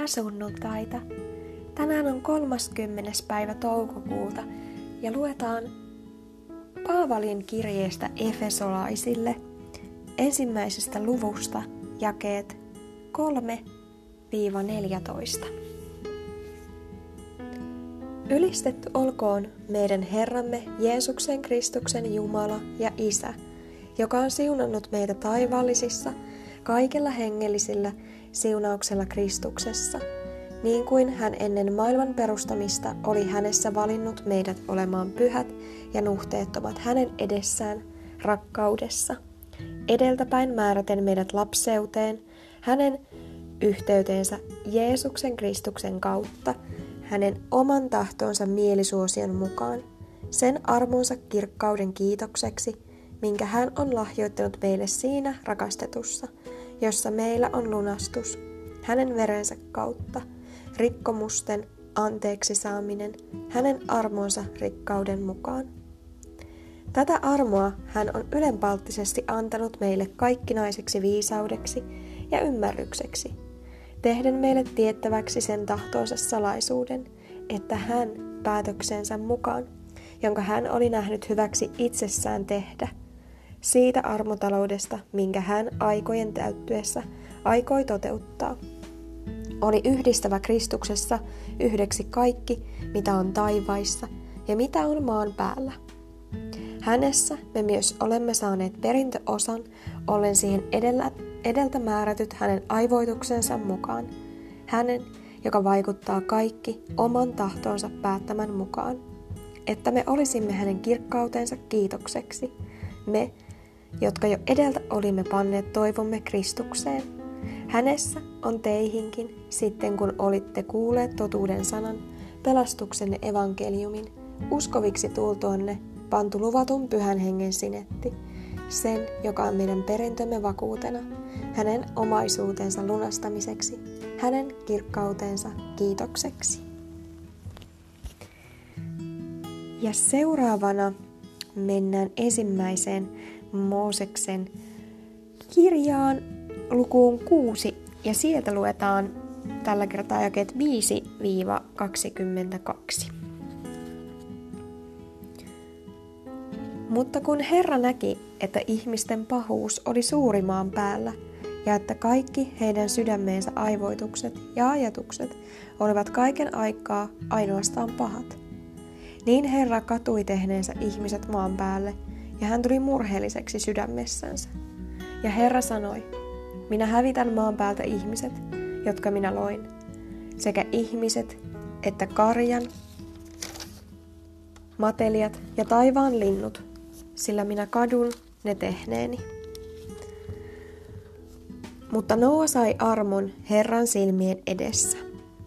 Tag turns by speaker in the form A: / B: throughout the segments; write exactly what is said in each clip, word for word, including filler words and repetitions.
A: Hyvää sunnuntaita! Tänään on kolmaskymmenes päivä toukokuuta ja luetaan Paavalin kirjeestä Efesolaisille ensimmäisestä luvusta jakeet kolme neljätoista. Ylistetty olkoon meidän Herramme Jeesuksen Kristuksen Jumala ja Isä, joka on siunannut meitä taivaallisissa kaikella hengellisillä siunauksella Kristuksessa, niin kuin hän ennen maailman perustamista oli hänessä valinnut meidät olemaan pyhät ja nuhteettomat hänen edessään rakkaudessa, edeltäpäin määräten meidät lapseuteen hänen yhteyteensä Jeesuksen Kristuksen kautta, hänen oman tahtonsa mielisuosion mukaan, sen armonsa kirkkauden kiitokseksi, minkä hän on lahjoittanut meille siinä rakastetussa, jossa meillä on lunastus, hänen verensä kautta, rikkomusten anteeksi saaminen, hänen armonsa rikkauden mukaan. Tätä armoa hän on ylenpalttisesti antanut meille kaikkinaiseksi viisaudeksi ja ymmärrykseksi, tehden meille tiettäväksi sen tahtoonsa salaisuuden, että hän päätöksensä mukaan, jonka hän oli nähnyt hyväksi itsessään tehdä, siitä armotaloudesta, minkä hän aikojen täyttyessä aikoi toteuttaa, oli yhdistävä Kristuksessa yhdeksi kaikki, mitä on taivaissa ja mitä on maan päällä. Hänessä me myös olemme saaneet perintöosan, ollen siihen edellä, edeltä määrätyt hänen aivoituksensa mukaan, hänen, joka vaikuttaa kaikki oman tahtonsa päättämän mukaan, että me olisimme hänen kirkkautensa kiitokseksi, me, jotka jo edeltä olimme panneet toivomme Kristukseen. Hänessä on teihinkin, sitten kun olitte kuulleet totuuden sanan, pelastuksenne evankeliumin, uskoviksi tultuanne, pantu luvatun pyhän hengen sinetti, sen, joka on meidän perintömme vakuutena, hänen omaisuutensa lunastamiseksi, hänen kirkkautensa kiitokseksi. Ja seuraavana mennään ensimmäiseen Mooseksen kirjaan lukuun kuusi, ja sieltä luetaan tällä kertaa jakeet viisi kaksikymmentäkaksi. Mutta kun Herra näki, että ihmisten pahuus oli suuri maan päällä, ja että kaikki heidän sydämeensä aivoitukset ja ajatukset olivat kaiken aikaa ainoastaan pahat, niin Herra katui tehneensä ihmiset maan päälle, ja hän tuli murheelliseksi sydämessänsä. Ja Herra sanoi, minä hävitän maan päältä ihmiset, jotka minä loin, sekä ihmiset että karjan, matelijat ja taivaan linnut, sillä minä kadun ne tehneeni. Mutta Noa sai armon Herran silmien edessä.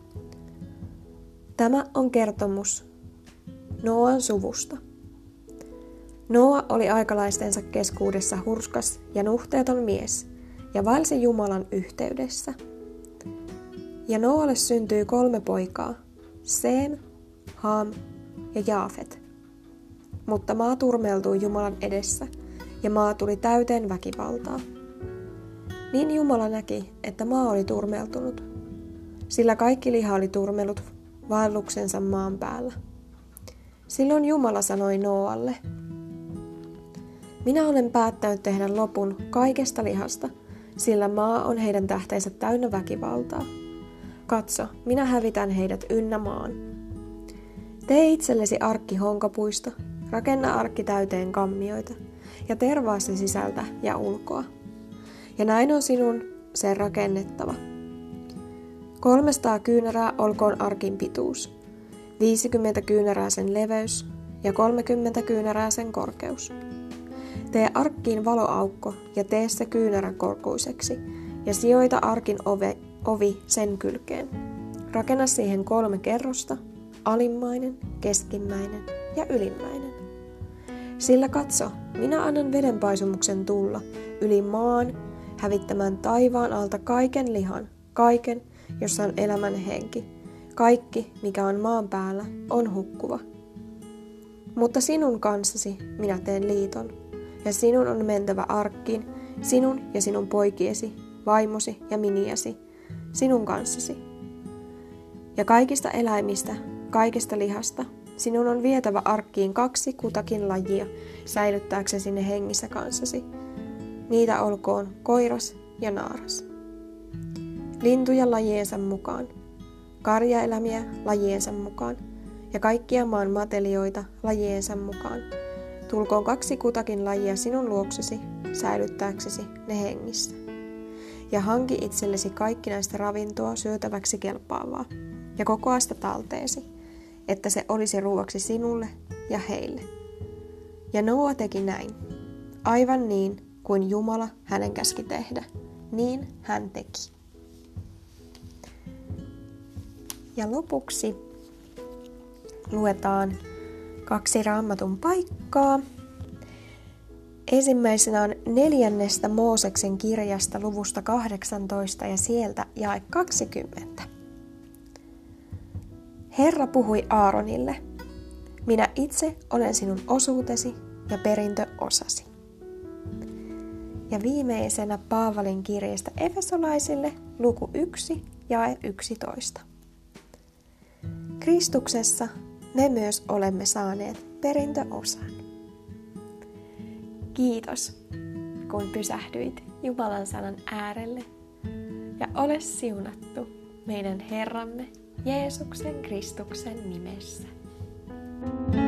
A: Tämä on kertomus Noan suvusta. Noa oli aikalaistensa keskuudessa hurskas ja nuhteeton mies, ja vaelsi Jumalan yhteydessä. Ja Noalle syntyi kolme poikaa, Seem, Ham ja Jaafet. Mutta maa turmeltui Jumalan edessä, ja maa tuli täyteen väkivaltaa. Niin Jumala näki, että maa oli turmeltunut, sillä kaikki liha oli turmellut vaelluksensa maan päällä. Silloin Jumala sanoi Noalle, minä olen päättänyt tehdä lopun kaikesta lihasta, sillä maa on heidän tähteensä täynnä väkivaltaa. Katso, minä hävitän heidät ynnä maan. Tee itsellesi arkki honkapuista, rakenna arkki täyteen kammioita, ja tervaa se sisältä ja ulkoa. Ja näin on sinun sen rakennettava. Kolmesataa kyynärää olkoon arkin pituus, viisikymmentä kyynärää sen leveys ja kolmekymmentä kyynärää sen korkeus. Tee arkkiin valoaukko ja tee se kyynärän korkuiseksi, ja sijoita arkin ove, ovi sen kylkeen. Rakenna siihen kolme kerrosta, alimmainen, keskimmäinen ja ylimmäinen. Sillä katso, minä annan vedenpaisumuksen tulla yli maan, hävittämään taivaan alta kaiken lihan, kaiken, jossa on elämän henki. Kaikki, mikä on maan päällä, on hukkuva. Mutta sinun kanssasi minä teen liiton, ja sinun on mentävä arkkiin, sinun ja sinun poikiesi, vaimosi ja miniäsi, sinun kanssasi. Ja kaikista eläimistä, kaikista lihasta, sinun on vietävä arkkiin kaksi kutakin lajia, säilyttääksesi ne hengissä kanssasi. Niitä olkoon koiras ja naaras. Lintuja lajiensa mukaan, karjaelämiä lajiensa mukaan ja kaikkia maan matelioita lajiensa mukaan. Tulkoon kaksi kutakin lajia sinun luoksesi, säilyttääksesi ne hengissä. Ja hanki itsellesi kaikki näistä ravintoa syötäväksi kelpaavaa ja kokoa sitä talteesi, että se olisi ruuaksi sinulle ja heille. Ja Noa teki näin, aivan niin kuin Jumala hänen käski tehdä, niin hän teki. Ja lopuksi luetaan kaksi Raamatun paikkaa. Ensimmäisenä on neljännestä Mooseksen kirjasta luvusta kahdeksantoista ja sieltä jae kaksikymmentä. Herra puhui Aaronille, minä itse olen sinun osuutesi ja perintöosasi. Ja viimeisenä Paavalin kirjeestä Efesolaisille luku yksi jae yksitoista. Kristuksessa me myös olemme saaneet perintöosan. Kiitos, kun pysähdyit Jumalan sanan äärelle ja ole siunattu meidän Herramme Jeesuksen Kristuksen nimessä.